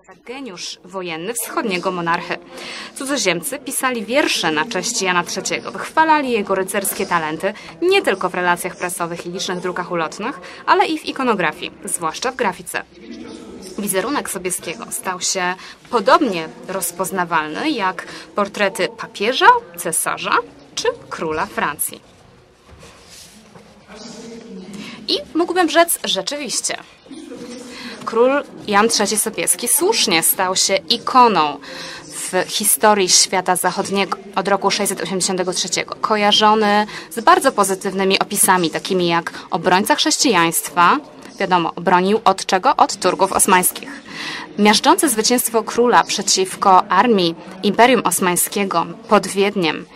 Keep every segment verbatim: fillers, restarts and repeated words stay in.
Geniusz wojenny wschodniego monarchy. Cudzoziemcy pisali wiersze na cześć Jana trzeciego, wychwalali jego rycerskie talenty nie tylko w relacjach prasowych i licznych drukach ulotnych, ale i w ikonografii, zwłaszcza w grafice. Wizerunek Sobieskiego stał się podobnie rozpoznawalny jak portrety papieża, cesarza czy króla Francji. I mógłbym rzec rzeczywiście. Król Jan trzeci Sobieski słusznie stał się ikoną w historii świata zachodniego od roku sześćset osiemdziesiątego trzeciego, kojarzony z bardzo pozytywnymi opisami, takimi jak obrońca chrześcijaństwa, wiadomo, bronił od czego? Od Turków osmańskich. Miażdżące zwycięstwo króla przeciwko armii Imperium Osmańskiego pod Wiedniem,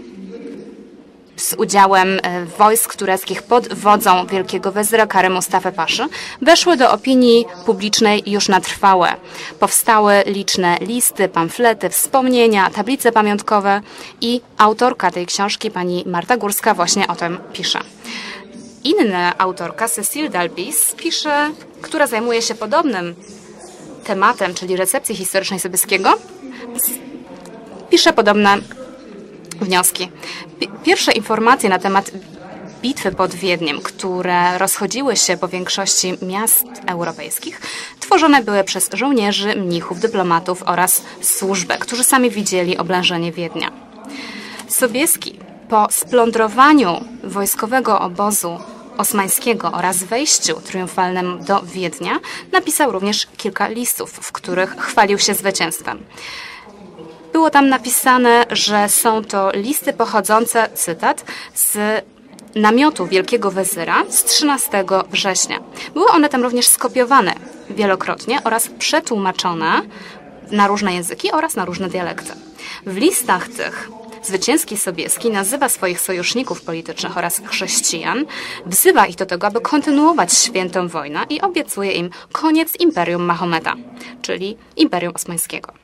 z udziałem wojsk tureckich pod wodzą wielkiego wezyra Kary Mustafy Paszy, weszły do opinii publicznej już na trwałe. Powstały liczne listy, pamflety, wspomnienia, tablice pamiątkowe i autorka tej książki, pani Marta Górska, właśnie o tym pisze. Inna autorka, Cécile d'Albis, pisze, która zajmuje się podobnym tematem, czyli recepcji historycznej Sobieskiego, pisze podobne wnioski. Pierwsze informacje na temat bitwy pod Wiedniem, które rozchodziły się po większości miast europejskich, tworzone były przez żołnierzy, mnichów, dyplomatów oraz służbę, którzy sami widzieli oblężenie Wiednia. Sobieski po splądrowaniu wojskowego obozu osmańskiego oraz wejściu triumfalnym do Wiednia napisał również kilka listów, w których chwalił się zwycięstwem. Było tam napisane, że są to listy pochodzące, cytat, z namiotu wielkiego wezyra z trzynastego września. Były one tam również skopiowane wielokrotnie oraz przetłumaczone na różne języki oraz na różne dialekty. W listach tych zwycięski Sobieski nazywa swoich sojuszników politycznych oraz chrześcijan, wzywa ich do tego, aby kontynuować świętą wojnę i obiecuje im koniec Imperium Mahometa, czyli Imperium Osmańskiego.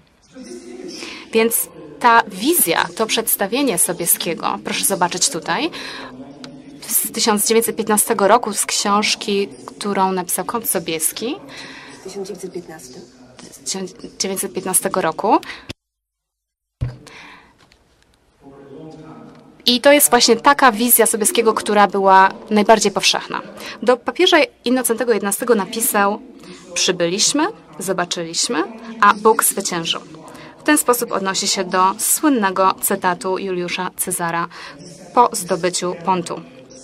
Więc ta wizja, to przedstawienie Sobieskiego, proszę zobaczyć tutaj, z tysiąc dziewięćset piętnastego roku z książki, którą napisał Kont Sobieski. tysiąc dziewięćset piętnasty. tysiąc dziewięćset piętnastego roku. I to jest właśnie taka wizja Sobieskiego, która była najbardziej powszechna. Do papieża Innocentego jedenastego napisał: przybyliśmy, zobaczyliśmy, a Bóg zwyciężył. W ten sposób odnosi się do słynnego cytatu Juliusza Cezara po zdobyciu Pontu.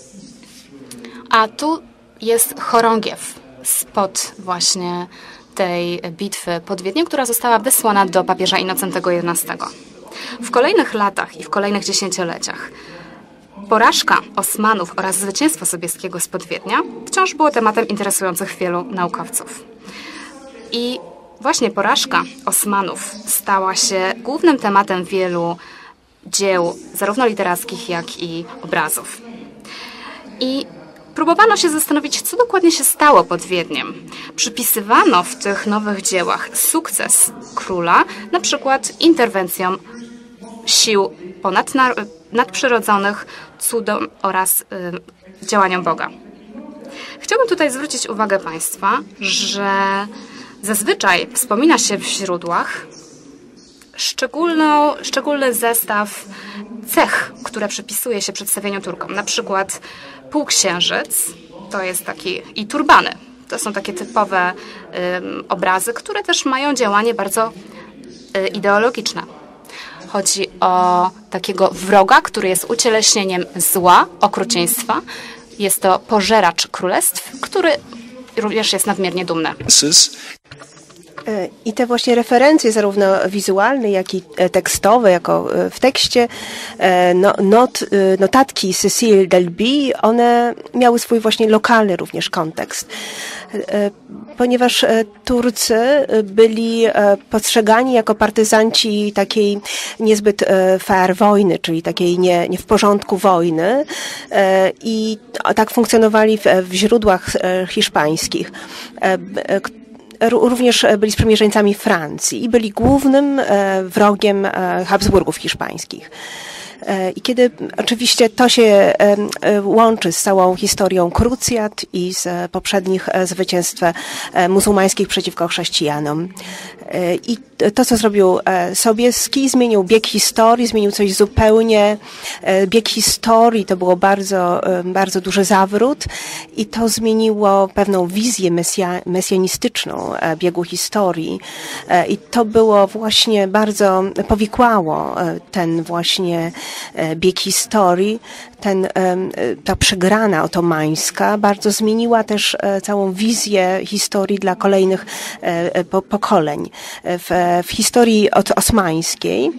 A tu jest chorągiew spod właśnie tej bitwy pod Wiedniem, która została wysłana do papieża Innocentego jedenastego. W kolejnych latach i w kolejnych dziesięcioleciach porażka Osmanów oraz zwycięstwo Sobieskiego spod Wiednia wciąż było tematem interesujących wielu naukowców. I właśnie porażka Osmanów stała się głównym tematem wielu dzieł, zarówno literackich, jak i obrazów. I próbowano się zastanowić, co dokładnie się stało pod Wiedniem. Przypisywano w tych nowych dziełach sukces króla, na przykład interwencjom sił nadprzyrodzonych, cudom oraz y, działaniom Boga. Chciałbym tutaj zwrócić uwagę Państwa, że zazwyczaj wspomina się w źródłach szczególną, szczególny zestaw cech, które przypisuje się przedstawieniu Turkom. Na przykład półksiężyc, to jest taki, i turbany. To są takie typowe y, obrazy, które też mają działanie bardzo y, ideologiczne. Chodzi o takiego wroga, który jest ucieleśnieniem zła, okrucieństwa. Jest to pożeracz królestw, który również jest nadmiernie dumny. I te właśnie referencje, zarówno wizualne, jak i tekstowe, jako w tekście, no, not, notatki Cécile d'Albis, one miały swój właśnie lokalny również kontekst. Ponieważ Turcy byli postrzegani jako partyzanci takiej niezbyt fair wojny, czyli takiej nie, nie w porządku wojny, i tak funkcjonowali w, w źródłach hiszpańskich. Również byli sprzymierzeńcami Francji i byli głównym wrogiem Habsburgów hiszpańskich. I kiedy oczywiście to się łączy z całą historią krucjat i z poprzednich zwycięstw muzułmańskich przeciwko chrześcijanom. I to, co zrobił Sobieski, zmienił bieg historii, zmienił coś zupełnie. Bieg historii to było bardzo, bardzo duży zawrót i to zmieniło pewną wizję mesja, mesjanistyczną biegu historii. I to było właśnie bardzo powikłało ten właśnie bieg historii. Ten, ta przegrana otomańska bardzo zmieniła też całą wizję historii dla kolejnych pokoleń. W, w historii osmańskiej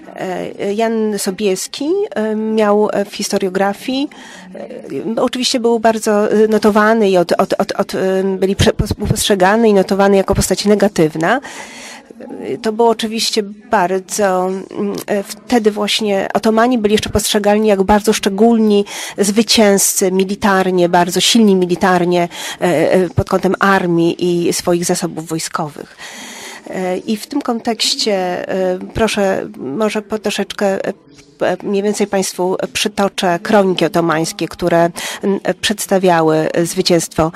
Jan Sobieski miał w historiografii, oczywiście był bardzo notowany i od, od, od, od, byli postrzegany i notowany jako postać negatywna. To było oczywiście bardzo, wtedy właśnie Otomani byli jeszcze postrzegalni jako bardzo szczególni zwycięzcy militarnie, bardzo silni militarnie pod kątem armii i swoich zasobów wojskowych. I w tym kontekście proszę, może po troszeczkę mniej więcej Państwu przytoczę kroniki otomańskie, które przedstawiały zwycięstwo,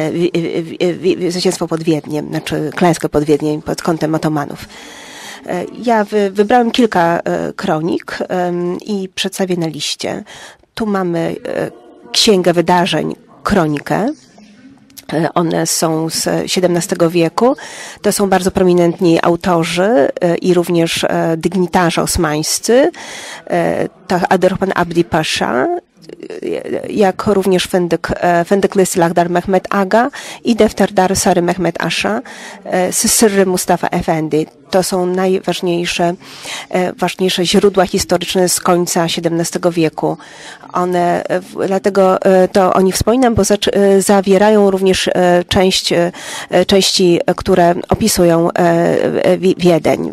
zwycięstwo pod Wiedniem, znaczy klęskę pod Wiedniem pod kątem Otomanów. Ja wybrałem kilka kronik i przedstawię na liście. Tu mamy Księgę Wydarzeń, kronikę. One są z siedemnastego wieku. To są bardzo prominentni autorzy i również dygnitarze osmańscy. To Abdurrahman Abdi Pasza, jak również Fendyk Lahdar Mehmed Aga i Defterdar Sary Mehmed Asha, Syrry Mustafa Efendi. To są najważniejsze ważniejsze źródła historyczne z końca siedemnastego wieku. One, dlatego to o nich wspominam, bo zawierają również część, części, które opisują Wiedeń.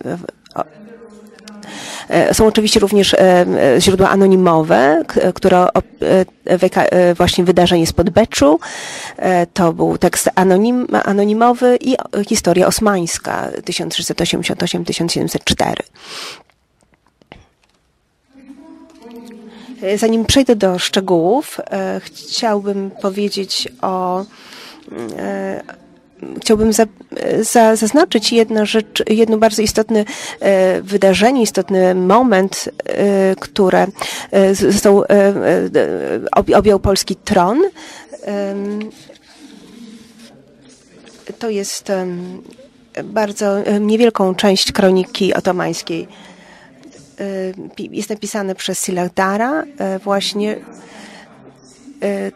Są oczywiście też źródła anonimowe, które właśnie wydarzenie spod Beczu. To był tekst anonim, anonimowy i historia osmańska tysiąc trzysta osiemdziesiąt osiem do tysiąc siedemset cztery. Zanim przejdę do szczegółów, chciałbym powiedzieć o Chciałbym za, za, zaznaczyć jedna rzecz, jedno bardzo istotne e, wydarzenie, istotny moment, e, które e, został, e, e, objął polski tron. E, to jest e, bardzo niewielką część kroniki otomańskiej. E, jest napisane przez Silahdara e, właśnie e,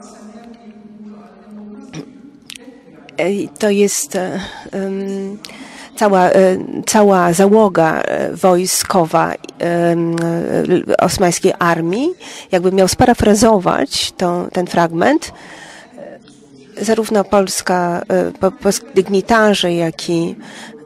to jest um, cała, cała załoga wojskowa um, osmańskiej armii. Jakbym miał sparafrazować to, ten fragment, zarówno polska, po, polski dygnitarze, jak i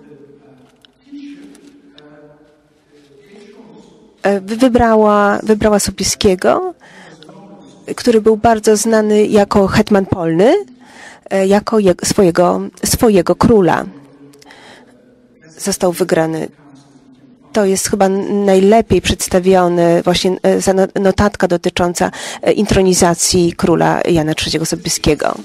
wybrała, wybrała Sobieskiego, który był bardzo znany jako hetman polny, jako swojego, swojego króla. Został wygrany. To jest chyba najlepiej przedstawiony właśnie notatka dotycząca intronizacji króla Jana trzeciego Sobieskiego.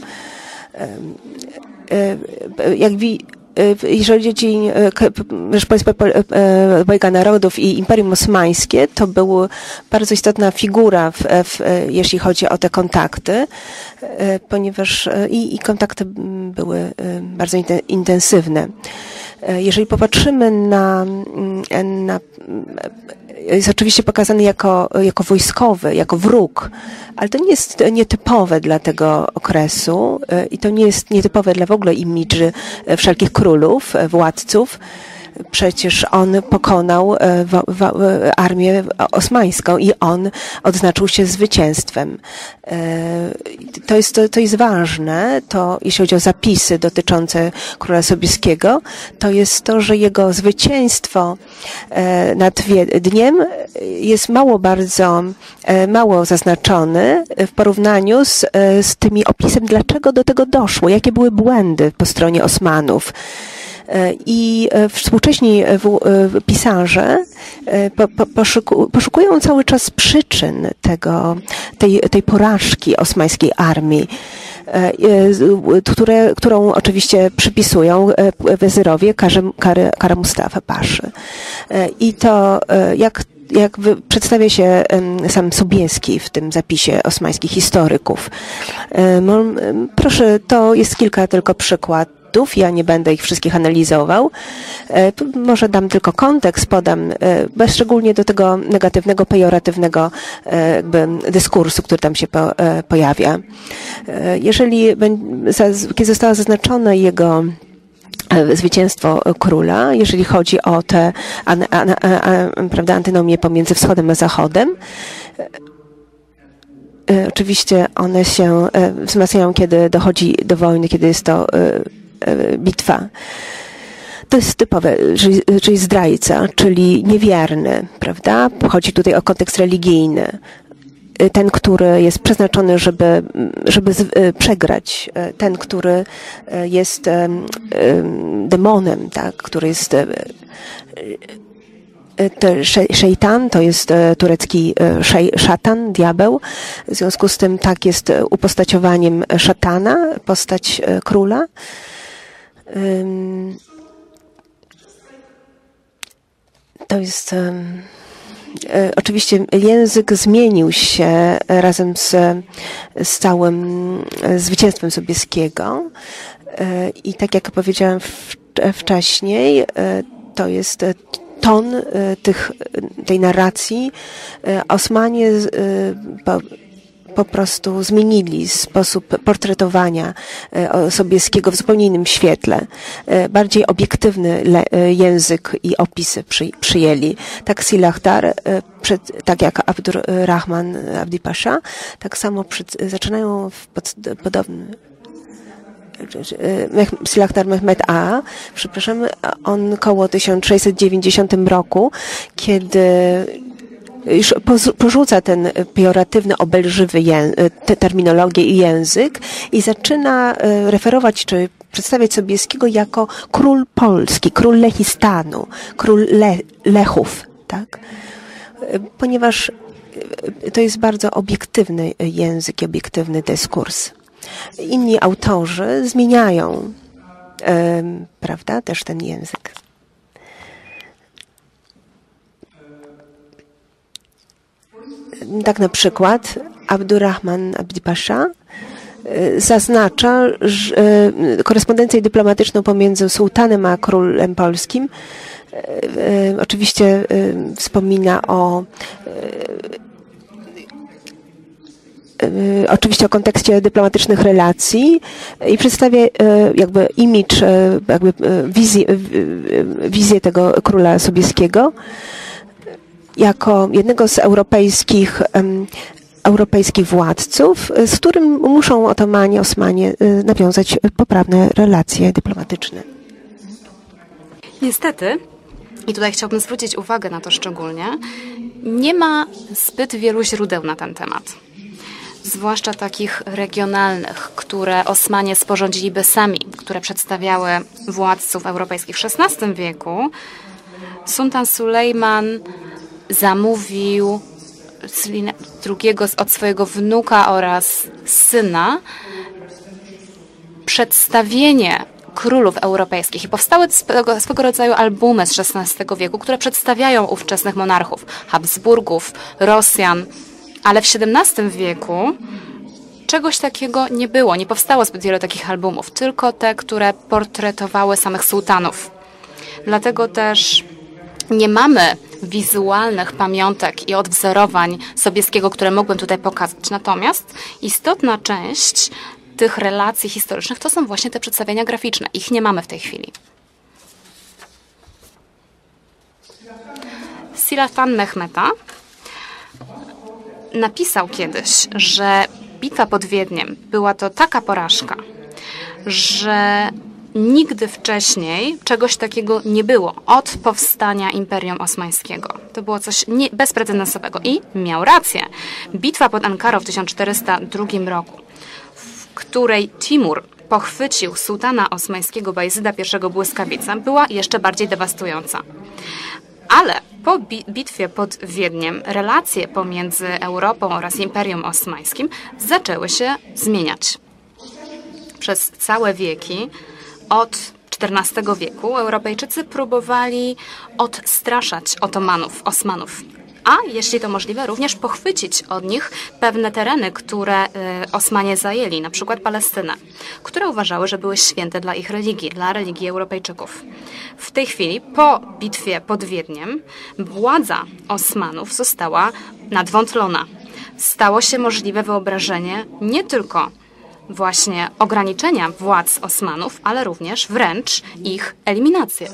Jak wi Jeżeli chodzi o Rzeczpospolitą Dwojga Narodów i Imperium Osmańskie, to była bardzo istotna figura, w, w, jeśli chodzi o te kontakty, ponieważ i, i kontakty były bardzo intensywne. Jeżeli popatrzymy na, na jest oczywiście pokazany jako, jako wojskowy, jako wróg, ale to nie jest nietypowe dla tego okresu i to nie jest nietypowe dla w ogóle imidży wszelkich królów, władców. Przecież on pokonał armię osmańską i on odznaczył się zwycięstwem. To jest, to, to jest ważne, to jeśli chodzi o zapisy dotyczące króla Sobieskiego, to jest to, że jego zwycięstwo nad Wiedniem jest mało bardzo, mało zaznaczone w porównaniu z, z tymi opisem, dlaczego do tego doszło, jakie były błędy po stronie Osmanów. I współcześni pisarze poszukują cały czas przyczyn tego, tej, tej porażki osmańskiej armii, które, którą oczywiście przypisują wezyrowie Kara Mustafa Paszy. I to jak jak przedstawia się sam Sobieski w tym zapisie osmańskich historyków. Proszę, to jest kilka tylko przykładów. Ja nie będę ich wszystkich analizował. Może dam tylko kontekst, podam, bez szczególnie do tego negatywnego, pejoratywnego jakby dyskursu, który tam się po, pojawia. Jeżeli kiedy zostało zaznaczone jego zwycięstwo króla, jeżeli chodzi o te an, an, an, prawda, antynomię pomiędzy wschodem a zachodem. Oczywiście one się wzmacniają, kiedy dochodzi do wojny, kiedy jest to bitwa. To jest typowe, czyli, czyli zdrajca, czyli niewierny, prawda? Chodzi tutaj o kontekst religijny. Ten, który jest przeznaczony, żeby, żeby przegrać. Ten, który jest demonem, tak? Który jest szejtan, to jest turecki szatan, diabeł. W związku z tym tak jest upostaciowaniem szatana, postać króla. To jest... Oczywiście język zmienił się razem z, z całym zwycięstwem Sobieskiego i tak jak powiedziałem wcześniej, to jest ton tych, tej narracji. Osmanie po, po prostu zmienili sposób portretowania Sobieskiego w zupełnie innym świetle. Bardziej obiektywny język i opisy przy, przyjęli. Tak Silahtar, przed, tak jak Abdurrahman Abdi Pasha, tak samo przed, zaczynają w pod, podobny Silahtar Mehmed A, przepraszam, on koło tysiąc sześćset dziewięćdziesiątym roku, kiedy już porzuca ten pejoratywny, obelżywy te terminologię i język i zaczyna referować czy przedstawiać Sobieskiego jako król Polski, król Lechistanu, król Le Lechów, tak? Ponieważ to jest bardzo obiektywny język i obiektywny dyskurs. Inni autorzy zmieniają, prawda, też ten język. Tak na przykład Abdurrahman Abdi Pasha zaznacza że korespondencję dyplomatyczną pomiędzy sułtanem a królem polskim. Oczywiście wspomina o oczywiście o kontekście dyplomatycznych relacji i przedstawia jakby imidż, jakby wizję, wizję tego króla Sobieskiego jako jednego z europejskich, um, europejskich władców, z którym muszą Otomanie, Osmanie nawiązać poprawne relacje dyplomatyczne. Niestety, i tutaj chciałbym zwrócić uwagę na to szczególnie, nie ma zbyt wielu źródeł na ten temat. Zwłaszcza takich regionalnych, które Osmanie sporządziliby sami, które przedstawiały władców europejskich w szesnastym wieku. Sultan Sulejman zamówił drugiego od swojego wnuka oraz syna przedstawienie królów europejskich i powstały swego, swego rodzaju albumy z szesnastego wieku, które przedstawiają ówczesnych monarchów, Habsburgów, Rosjan, ale w siedemnastym wieku czegoś takiego nie było, nie powstało zbyt wiele takich albumów, tylko te, które portretowały samych sułtanów. Dlatego też nie mamy wizualnych pamiątek i odwzorowań Sobieskiego, które mógłbym tutaj pokazać. Natomiast istotna część tych relacji historycznych to są właśnie te przedstawienia graficzne. Ich nie mamy w tej chwili. Silahtar Mehmeta napisał kiedyś, że bitwa pod Wiedniem była to taka porażka, że nigdy wcześniej czegoś takiego nie było od powstania Imperium Osmańskiego. To było coś nie, bezprecedensowego i miał rację. Bitwa pod Ankarą w tysiąc czterysta drugim roku, w której Timur pochwycił sułtana osmańskiego Bajzyda I błyskawica, była jeszcze bardziej dewastująca. Ale po bi- bitwie pod Wiedniem relacje pomiędzy Europą oraz Imperium Osmańskim zaczęły się zmieniać. Przez całe wieki, od czternastego wieku, Europejczycy próbowali odstraszać Otomanów, Osmanów, a jeśli to możliwe, również pochwycić od nich pewne tereny, które y, Osmanie zajęli, na przykład Palestynę, które uważały, że były święte dla ich religii, dla religii Europejczyków. W tej chwili, po bitwie pod Wiedniem, władza Osmanów została nadwątlona. Stało się możliwe wyobrażenie nie tylko właśnie ograniczenia władz Osmanów, ale również wręcz ich eliminację.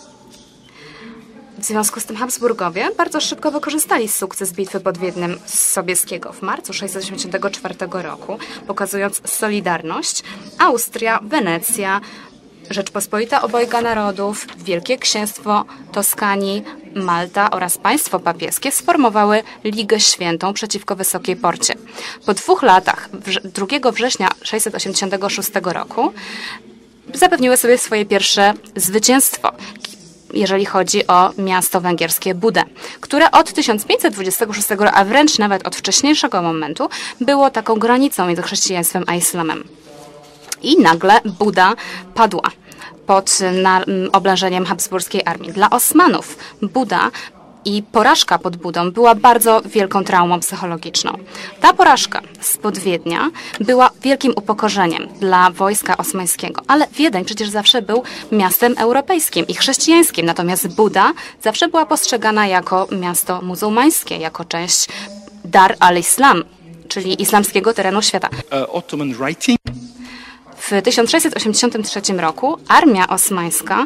W związku z tym Habsburgowie bardzo szybko wykorzystali sukces bitwy pod Wiedniem Sobieskiego w marcu sześćset osiemdziesiątego czwartego roku, pokazując solidarność. Austria, Wenecja, Rzeczpospolita Obojga Narodów, Wielkie Księstwo Toskanii, Malta oraz państwo papieskie sformowały Ligę Świętą przeciwko Wysokiej Porcie. Po dwóch latach, drugiego września sześćset osiemdziesiątego szóstego roku, zapewniły sobie swoje pierwsze zwycięstwo, jeżeli chodzi o miasto węgierskie Budę, które od tysiąc pięćset dwudziestego szóstego, a wręcz nawet od wcześniejszego momentu, było taką granicą między chrześcijaństwem a islamem. I nagle Buda padła pod na, oblężeniem habsburskiej armii. Dla Osmanów Buda i porażka pod Budą była bardzo wielką traumą psychologiczną. Ta porażka spod Wiednia była wielkim upokorzeniem dla wojska osmańskiego, ale Wiedeń przecież zawsze był miastem europejskim i chrześcijańskim, natomiast Buda zawsze była postrzegana jako miasto muzułmańskie, jako część Dar al-Islam, czyli islamskiego terenu świata. Uh, Ottoman writing. W tysiąc sześćset osiemdziesiątym trzecim roku armia osmańska,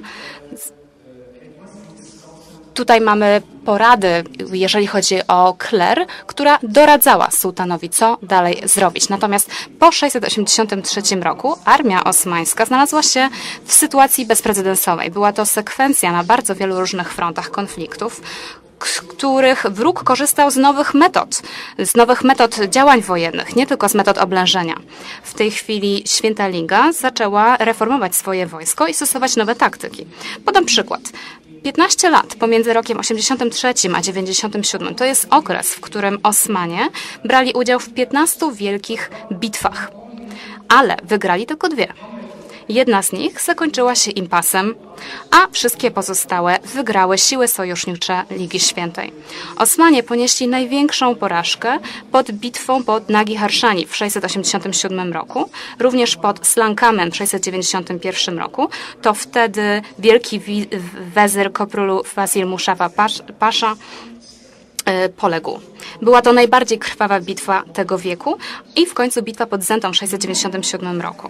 tutaj mamy porady, jeżeli chodzi o kler, która doradzała sułtanowi, co dalej zrobić. Natomiast po tysiąc sześćset osiemdziesiątym trzecim roku armia osmańska znalazła się w sytuacji bezprecedensowej. Była to sekwencja na bardzo wielu różnych frontach konfliktów, których wróg korzystał z nowych metod, z nowych metod działań wojennych, nie tylko z metod oblężenia. W tej chwili Święta Liga zaczęła reformować swoje wojsko i stosować nowe taktyki. Podam przykład. piętnaście lat pomiędzy rokiem osiemdziesiątym trzecim a dziewięćdziesiątym siódmym to jest okres, w którym Osmanie brali udział w piętnastu wielkich bitwach, ale wygrali tylko dwie. Jedna z nich zakończyła się impasem, a wszystkie pozostałe wygrały siły sojusznicze Ligi Świętej. Osmanie ponieśli największą porażkę pod bitwą pod Nagi Harszani w sześćset osiemdziesiątym siódmym roku, również pod Slankamem w sześćset dziewięćdziesiątym pierwszym roku. To wtedy wielki wezyr Koprólu Fazil Muszawa Pasza poległ. Była to najbardziej krwawa bitwa tego wieku i w końcu bitwa pod Zentą w sześćset dziewięćdziesiątym siódmym roku.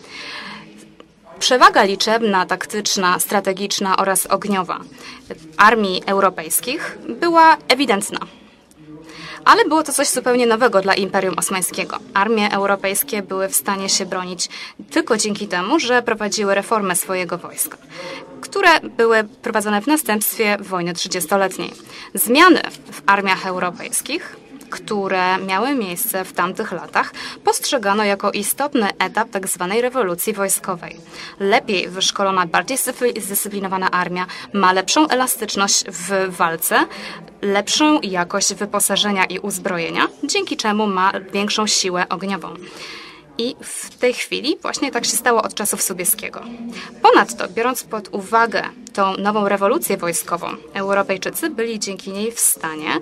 Przewaga liczebna, taktyczna, strategiczna oraz ogniowa armii europejskich była ewidentna. Ale było to coś zupełnie nowego dla Imperium Osmańskiego. Armie europejskie były w stanie się bronić tylko dzięki temu, że prowadziły reformę swojego wojska, które były prowadzone w następstwie wojny trzydziestoletniej. Zmiany w armiach europejskich, które miały miejsce w tamtych latach, postrzegano jako istotny etap tzw. rewolucji wojskowej. Lepiej wyszkolona, bardziej zdyscyplinowana armia ma lepszą elastyczność w walce, lepszą jakość wyposażenia i uzbrojenia, dzięki czemu ma większą siłę ogniową. I w tej chwili właśnie tak się stało od czasów Sobieskiego. Ponadto, biorąc pod uwagę tą nową rewolucję wojskową, Europejczycy byli dzięki niej w stanie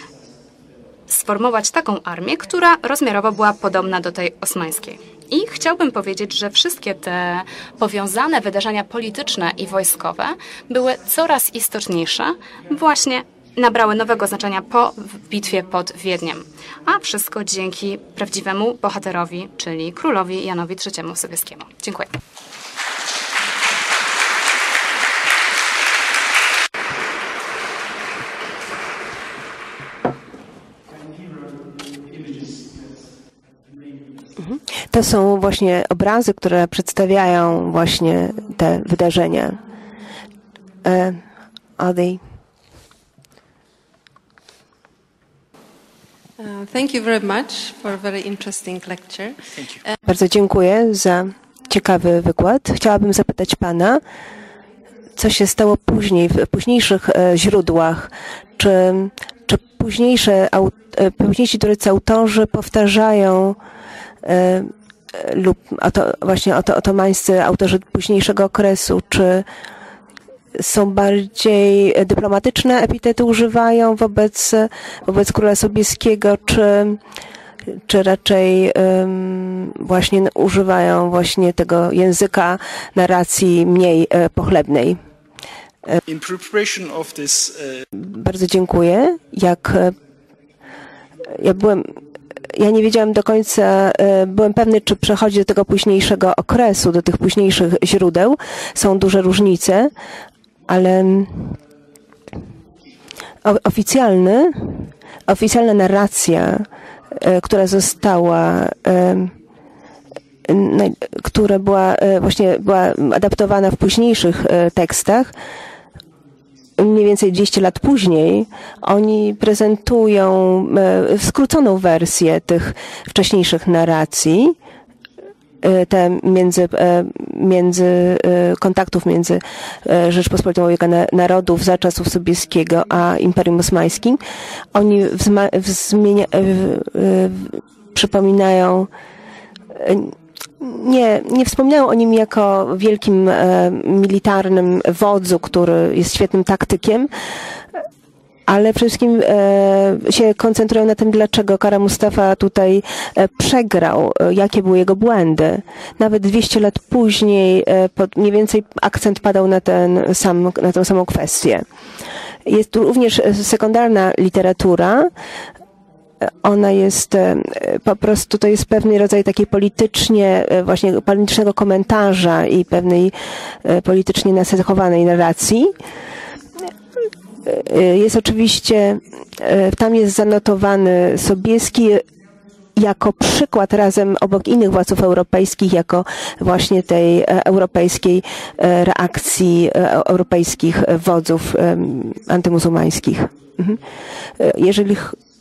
sformować taką armię, która rozmiarowo była podobna do tej osmańskiej. I chciałbym powiedzieć, że wszystkie te powiązane wydarzenia polityczne i wojskowe były coraz istotniejsze, właśnie nabrały nowego znaczenia po bitwie pod Wiedniem. A wszystko dzięki prawdziwemu bohaterowi, czyli królowi Janowi trzeciemu Sobieskiemu. Dziękuję. To są właśnie obrazy, które przedstawiają właśnie te wydarzenia. Uh, are they... Uh, thank you very much for a very interesting lecture. Bardzo dziękuję za ciekawy wykład. Chciałabym zapytać pana, co się stało później, w późniejszych e, źródłach. Czy, czy późniejsze, au, e, późniejsi tureccy autorzy powtarzają e, lub oto, właśnie oto, otomańscy autorzy późniejszego okresu, czy są bardziej dyplomatyczne epitety używają wobec, wobec króla Sobieskiego, czy, czy raczej um, właśnie używają właśnie tego języka narracji mniej e, pochlebnej? In preparation of this, uh... Bardzo dziękuję. Jak ja byłem Ja nie wiedziałem do końca, byłem pewny, czy przechodzi do tego późniejszego okresu, do tych późniejszych źródeł. Są duże różnice, ale oficjalny, oficjalna narracja, która została, która była właśnie była adaptowana w późniejszych tekstach, mniej więcej dwieście lat później, oni prezentują skróconą wersję tych wcześniejszych narracji, te między, między kontaktów między Rzeczpospolitą Obojga Narodów za czasów Sobieskiego a Imperium Osmańskim. Oni wzma, wzmienia, przypominają Nie, nie wspominają o nim jako wielkim e, militarnym wodzu, który jest świetnym taktykiem, ale przede wszystkim e, się koncentrują na tym, dlaczego Kara Mustafa tutaj e, przegrał, e, jakie były jego błędy. Nawet dwieście lat później e, pod, mniej więcej akcent padał na, ten sam, na tę samą kwestię. Jest tu również sekundarna literatura. Ona jest po prostu, to jest pewien rodzaj takiej politycznie, właśnie politycznego komentarza i pewnej politycznie nacechowanej narracji. Jest oczywiście, tam jest zanotowany Sobieski jako przykład razem obok innych władców europejskich, jako właśnie tej europejskiej reakcji europejskich wodzów antymuzułmańskich. Jeżeli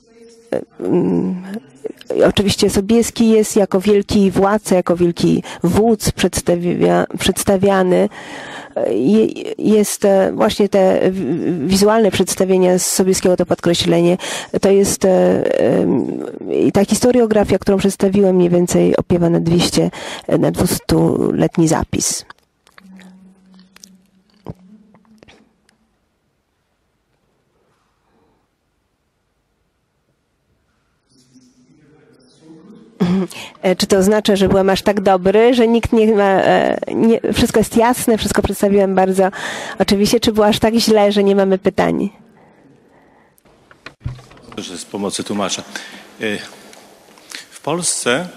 Oczywiście Sobieski jest jako wielki władca, jako wielki wódz przedstawia, przedstawiany. Jest właśnie te wizualne przedstawienia z Sobieskiego, to podkreślenie. To jest ta historiografia, którą przedstawiłem, mniej więcej opiewa na dwieście, na dwustuletni zapis. Czy to oznacza, że byłem aż tak dobry, że nikt nie ma, nie, wszystko jest jasne, wszystko przedstawiłem bardzo oczywiście, czy było aż tak źle, że nie mamy pytań? Z pomocy tłumacza. W Polsce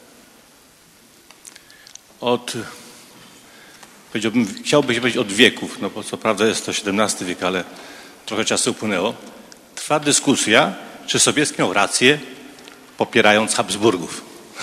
od, powiedziałbym, chciałbym powiedzieć od wieków, no bo co prawda jest to siedemnasty wiek, ale trochę czasu upłynęło, trwa dyskusja, czy Sobieski miał rację, popierając Habsburgów.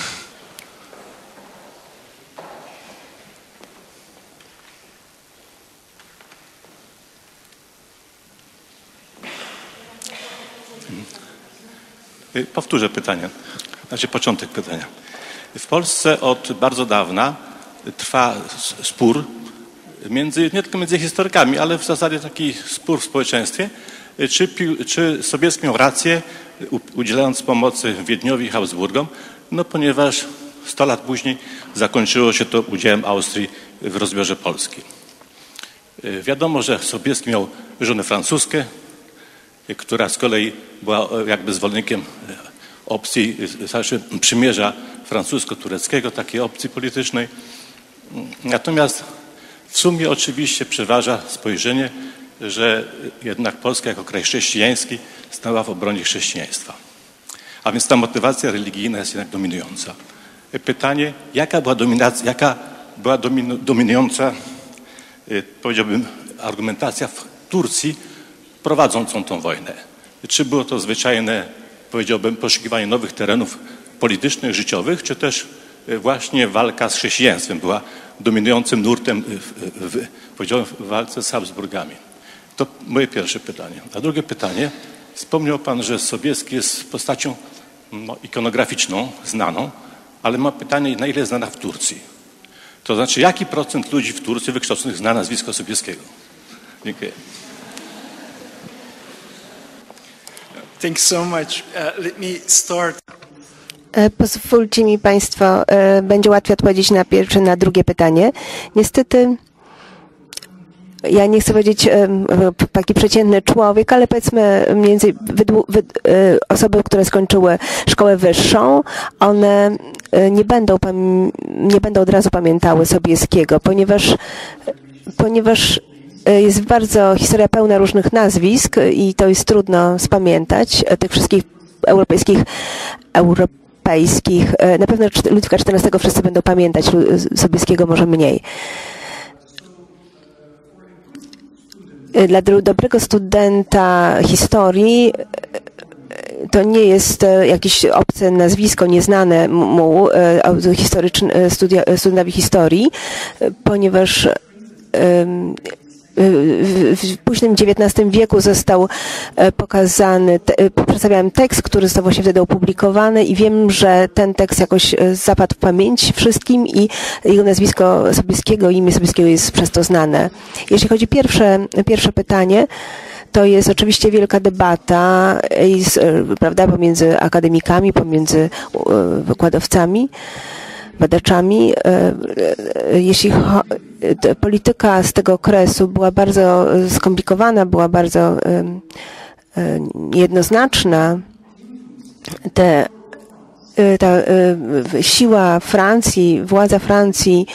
Powtórzę pytanie, znaczy początek pytania. W Polsce od bardzo dawna trwa spór między, nie tylko między historykami, ale w zasadzie taki spór w społeczeństwie, czy, czy Sobieski miał rację, udzielając pomocy Wiedniowi i Habsburgom, no ponieważ sto lat później zakończyło się to udziałem Austrii w rozbiorze Polski. Wiadomo, że Sobieski miał żonę francuskę, która z kolei była jakby zwolennikiem opcji, znaczy przymierza francusko-tureckiego, takiej opcji politycznej. Natomiast w sumie oczywiście przeważa spojrzenie, że jednak Polska jako kraj chrześcijański stała w obronie chrześcijaństwa. A więc ta motywacja religijna jest jednak dominująca. Pytanie, jaka była, dominacja, jaka była dominu, dominująca, powiedziałbym, argumentacja w Turcji prowadzącą tą wojnę? Czy było to zwyczajne, powiedziałbym, poszukiwanie nowych terenów politycznych, życiowych, czy też właśnie walka z chrześcijaństwem była dominującym nurtem w, w, powiedziałbym, w walce z Habsburgami? To moje pierwsze pytanie. A drugie pytanie. Wspomniał Pan, że Sobieski jest postacią no, ikonograficzną, znaną, ale mam pytanie, na ile jest znana w Turcji? To znaczy, jaki procent ludzi w Turcji wykształconych zna nazwisko Sobieskiego? Dziękuję. Thanks so much. Uh, let me start. Pozwólcie mi Państwo, będzie łatwiej odpowiedzieć na pierwsze, na drugie pytanie. Niestety, ja nie chcę powiedzieć taki przeciętny człowiek, ale powiedzmy mniej więcej wydłu, wy, osoby, które skończyły szkołę wyższą, one nie będą, nie będą od razu pamiętały Sobieskiego, ponieważ, ponieważ jest bardzo historia pełna różnych nazwisk i to jest trudno spamiętać tych wszystkich europejskich europejskich Na pewno Ludwika czternastego wszyscy będą pamiętać, Sobieskiego może mniej. Dla dobrego studenta historii to nie jest jakieś obce nazwisko, nieznane mu historyczne, studia, studentowi historii, ponieważ w późnym dziewiętnastym wieku został pokazany, przedstawiałem tekst, który został właśnie wtedy opublikowany i wiem, że ten tekst jakoś zapadł w pamięć wszystkim i jego nazwisko Sobieskiego, imię Sobieskiego jest przez to znane. Jeśli chodzi o pierwsze, pierwsze pytanie, to jest oczywiście wielka debata, prawda, pomiędzy akademikami, pomiędzy wykładowcami, badaczami. Jeśli polityka z tego okresu była bardzo skomplikowana, była bardzo jednoznaczna, te, ta siła Francji, władza Francji,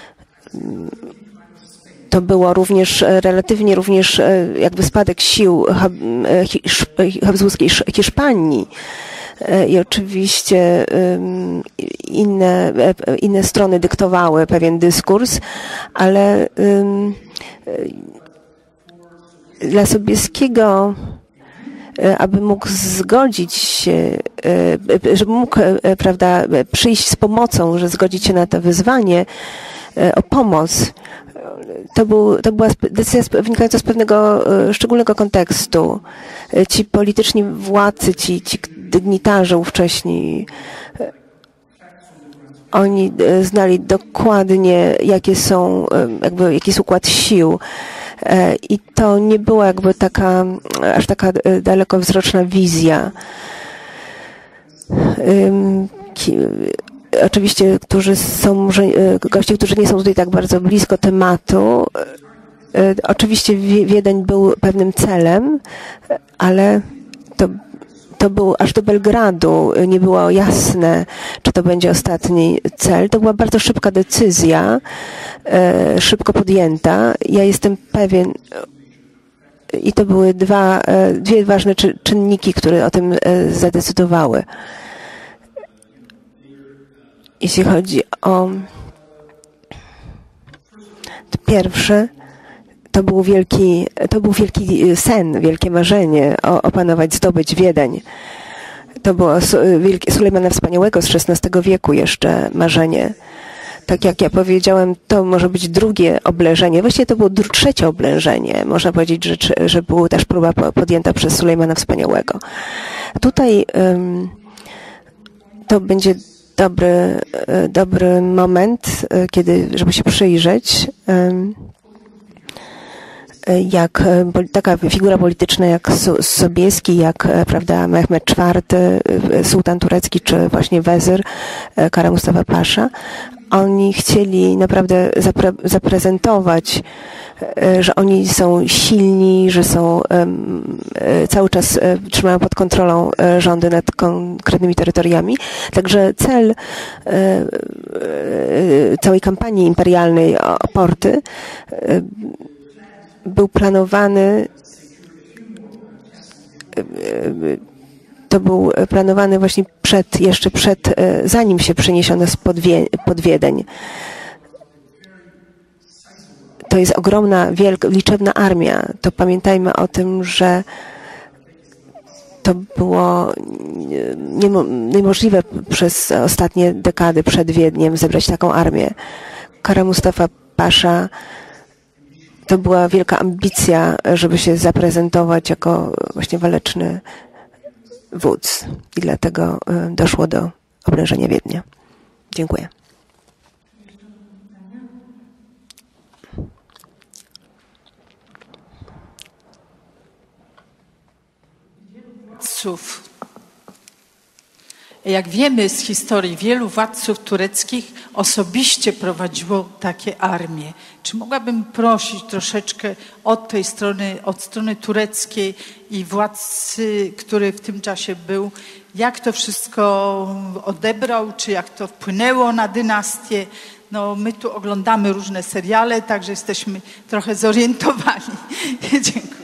to było również relatywnie również jakby spadek sił habsburskiej Hiszpanii. I oczywiście inne, inne strony dyktowały pewien dyskurs, ale dla Sobieskiego, aby mógł zgodzić się, żeby mógł, prawda, przyjść z pomocą, że zgodzić się na to wyzwanie o pomoc, To, był, to była decyzja wynikająca z pewnego szczególnego kontekstu. Ci polityczni władcy, ci, ci dygnitarze ówcześni, oni znali dokładnie, jakie są, jakby, jaki jest układ sił. I to nie była jakby taka, aż taka dalekowzroczna wizja. Oczywiście, którzy są, goście, którzy nie są tutaj tak bardzo blisko tematu, oczywiście Wiedeń był pewnym celem, ale to, to był aż do Belgradu, nie było jasne, czy to będzie ostatni cel. To była bardzo szybka decyzja, szybko podjęta. Ja jestem pewien, i to były dwa, dwie ważne czynniki, które o tym zadecydowały. Jeśli chodzi o pierwsze, to był wielki, to był wielki sen, wielkie marzenie o, opanować, zdobyć Wiedeń. To było Sulejmana Wspaniałego z szesnastego wieku jeszcze marzenie. Tak jak ja powiedziałem, to może być drugie oblężenie. Właściwie to było trzecie oblężenie. Można powiedzieć, że, że była też próba podjęta przez Sulejmana Wspaniałego. Tutaj um, to będzie Dobry, dobry moment, kiedy, żeby się przyjrzeć, jak taka figura polityczna jak Sobieski, jak, prawda, Mehmed czwarty, sułtan turecki, czy właśnie wezyr Kara Mustafa Pasza, oni chcieli naprawdę zapre zaprezentować, że oni są silni, że są cały czas trzymają pod kontrolą rządy nad konkretnymi terytoriami. Także cel całej kampanii imperialnej o porty był planowany, to był planowany właśnie przed, jeszcze przed, zanim się przeniesiono pod, Wie, pod Wiedeń. To jest ogromna, wielka, liczebna armia. To pamiętajmy o tym, że to było niemożliwe przez ostatnie dekady przed Wiedniem zebrać taką armię. Kara Mustafa Pasza to była wielka ambicja, żeby się zaprezentować jako właśnie waleczny wódz. I dlatego doszło do oblężenia Wiednia. Dziękuję. władców, jak wiemy z historii, wielu władców tureckich osobiście prowadziło takie armie. Czy mogłabym prosić troszeczkę od tej strony, od strony tureckiej i władcy, który w tym czasie był, jak to wszystko odebrał, czy jak to wpłynęło na dynastię? No, my tu oglądamy różne seriale, także jesteśmy trochę zorientowani. Dziękuję.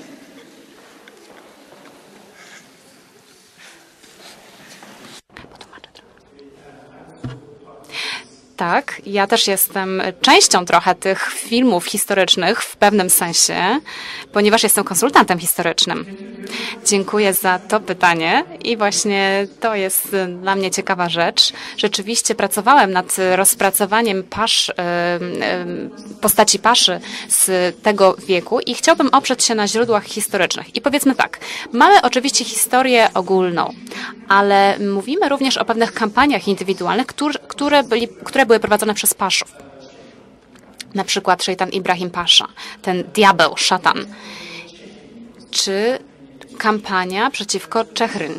Tak, ja też jestem częścią trochę tych filmów historycznych w pewnym sensie, ponieważ jestem konsultantem historycznym. Dziękuję za to pytanie i właśnie to jest dla mnie ciekawa rzecz. Rzeczywiście pracowałem nad rozpracowaniem pasz, postaci paszy z tego wieku i chciałbym oprzeć się na źródłach historycznych. I powiedzmy tak, mamy oczywiście historię ogólną, ale mówimy również o pewnych kampaniach indywidualnych, które byli, które były prowadzone przez paszów. Na przykład szejtan Ibrahim Pasza, ten diabeł, szatan. Czy kampania przeciwko Czehryn.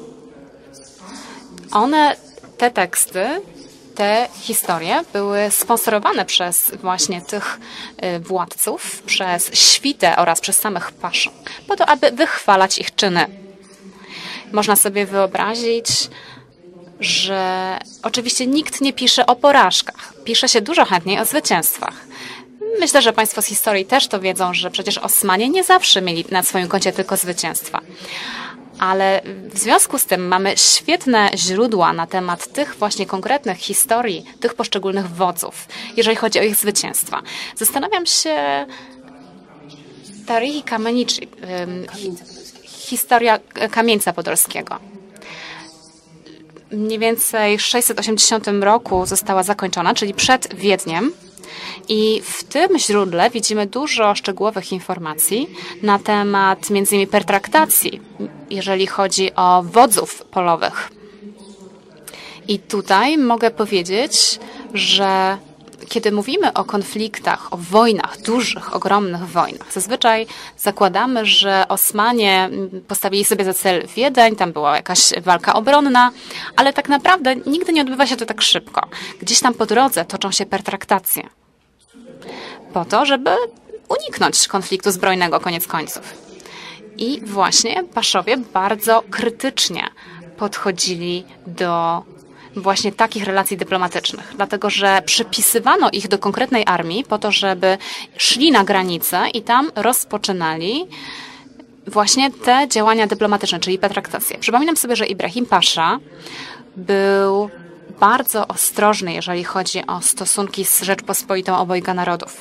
One, te teksty, te historie były sponsorowane przez właśnie tych władców, przez świtę oraz przez samych paszów, po to, aby wychwalać ich czyny. Można sobie wyobrazić, że oczywiście nikt nie pisze o porażkach. Pisze się dużo chętniej o zwycięstwach. Myślę, że Państwo z historii też to wiedzą, że przecież Osmanie nie zawsze mieli na swoim koncie tylko zwycięstwa. Ale w związku z tym mamy świetne źródła na temat tych właśnie konkretnych historii, tych poszczególnych wodzów, jeżeli chodzi o ich zwycięstwa. Zastanawiam się, Tarihi Kamenici, historia Kamieńca Podolskiego. Mniej więcej w sześćset osiemdziesiątym roku została zakończona, czyli przed Wiedniem. I w tym źródle widzimy dużo szczegółowych informacji na temat między innymi pertraktacji, jeżeli chodzi o wodzów polowych. I tutaj mogę powiedzieć, że kiedy mówimy o konfliktach, o wojnach, dużych, ogromnych wojnach, zazwyczaj zakładamy, że Osmanie postawili sobie za cel Wiedeń, tam była jakaś walka obronna, ale tak naprawdę nigdy nie odbywa się to tak szybko. Gdzieś tam po drodze toczą się pertraktacje. Po to, żeby uniknąć konfliktu zbrojnego koniec końców. I właśnie paszowie bardzo krytycznie podchodzili do właśnie takich relacji dyplomatycznych, dlatego że przypisywano ich do konkretnej armii po to, żeby szli na granicę i tam rozpoczynali właśnie te działania dyplomatyczne, czyli pertraktacje. Przypominam sobie, że Ibrahim Pasza był bardzo ostrożny, jeżeli chodzi o stosunki z Rzeczpospolitą Obojga Narodów.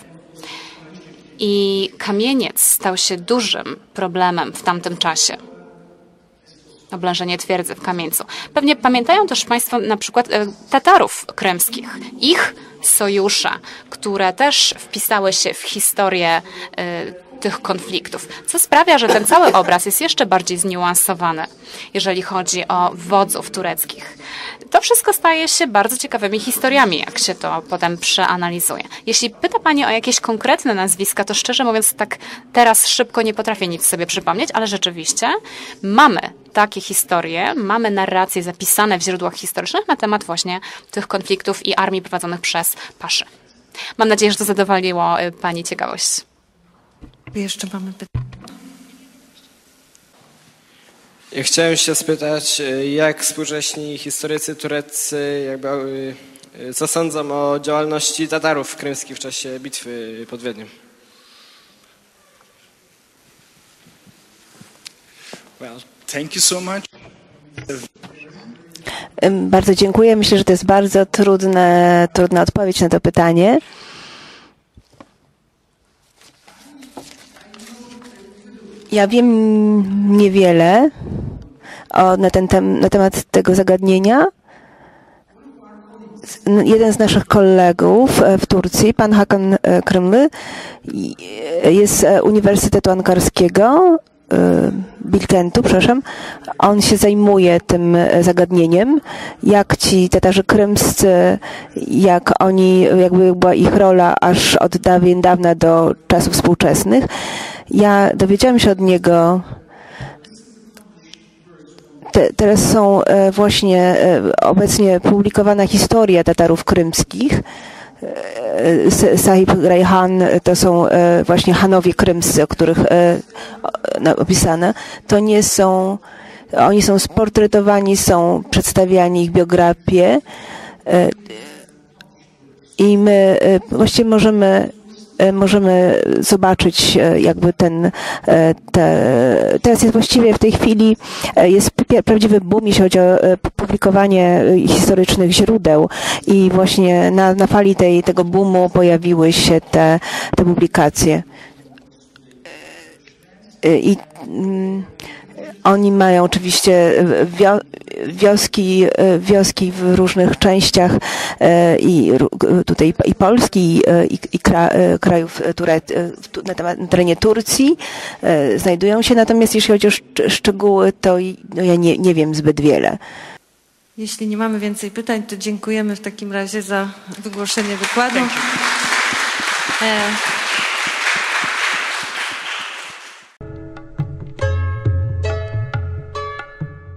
I kamieniec stał się dużym problemem w tamtym czasie. Oblężenie twierdzy w Kamieńcu. Pewnie pamiętają też Państwo na przykład Tatarów krymskich. Ich sojusze, które też wpisały się w historię y, tych konfliktów, co sprawia, że ten cały obraz jest jeszcze bardziej zniuansowany, jeżeli chodzi o wodzów tureckich. To wszystko staje się bardzo ciekawymi historiami, jak się to potem przeanalizuje. Jeśli pyta Pani o jakieś konkretne nazwiska, to szczerze mówiąc tak teraz szybko nie potrafię nic sobie przypomnieć, ale rzeczywiście mamy takie historie, mamy narracje zapisane w źródłach historycznych na temat właśnie tych konfliktów i armii prowadzonych przez paszy. Mam nadzieję, że to zadowoliło Pani ciekawość. Jeszcze mamy pytanie. Ja chciałem się spytać, jak współcześni historycy tureccy jakby, co sądzą o działalności Tatarów krymskich w czasie bitwy pod Wiedniem? Well, thank you so much. Bardzo dziękuję. Myślę, że to jest bardzo trudne, trudna odpowiedź na to pytanie. Ja wiem niewiele o, na, ten tem, na temat tego zagadnienia. Jeden z naszych kolegów w Turcji, pan Hakan Krymlı, jest z Uniwersytetu Ankarskiego, Bilkentu, przepraszam. On się zajmuje tym zagadnieniem, jak ci Tatarzy krymscy, jak oni, jakby była ich rola aż od dawien dawna do czasów współczesnych. Ja dowiedziałam się od niego te, teraz są e, właśnie e, obecnie publikowana historia Tatarów krymskich. E, Sahib Rajhan to są e, właśnie Hanowie krymscy, o których e, opisane. To nie są, oni są sportretowani, są przedstawiani ich biografie e, i my e, właściwie możemy możemy zobaczyć jakby ten, te, teraz jest właściwie w tej chwili jest prawdziwy boom, jeśli chodzi o publikowanie historycznych źródeł i właśnie na, na fali tej, tego boomu pojawiły się te, te publikacje. I mm, oni mają oczywiście wio, wioski, wioski w różnych częściach i tutaj i Polski i, i krajów Turet, na terenie Turcji znajdują się, natomiast jeśli chodzi o szczegóły, to no ja nie, nie wiem zbyt wiele. Jeśli nie mamy więcej pytań, to dziękujemy w takim razie za wygłoszenie wykładu.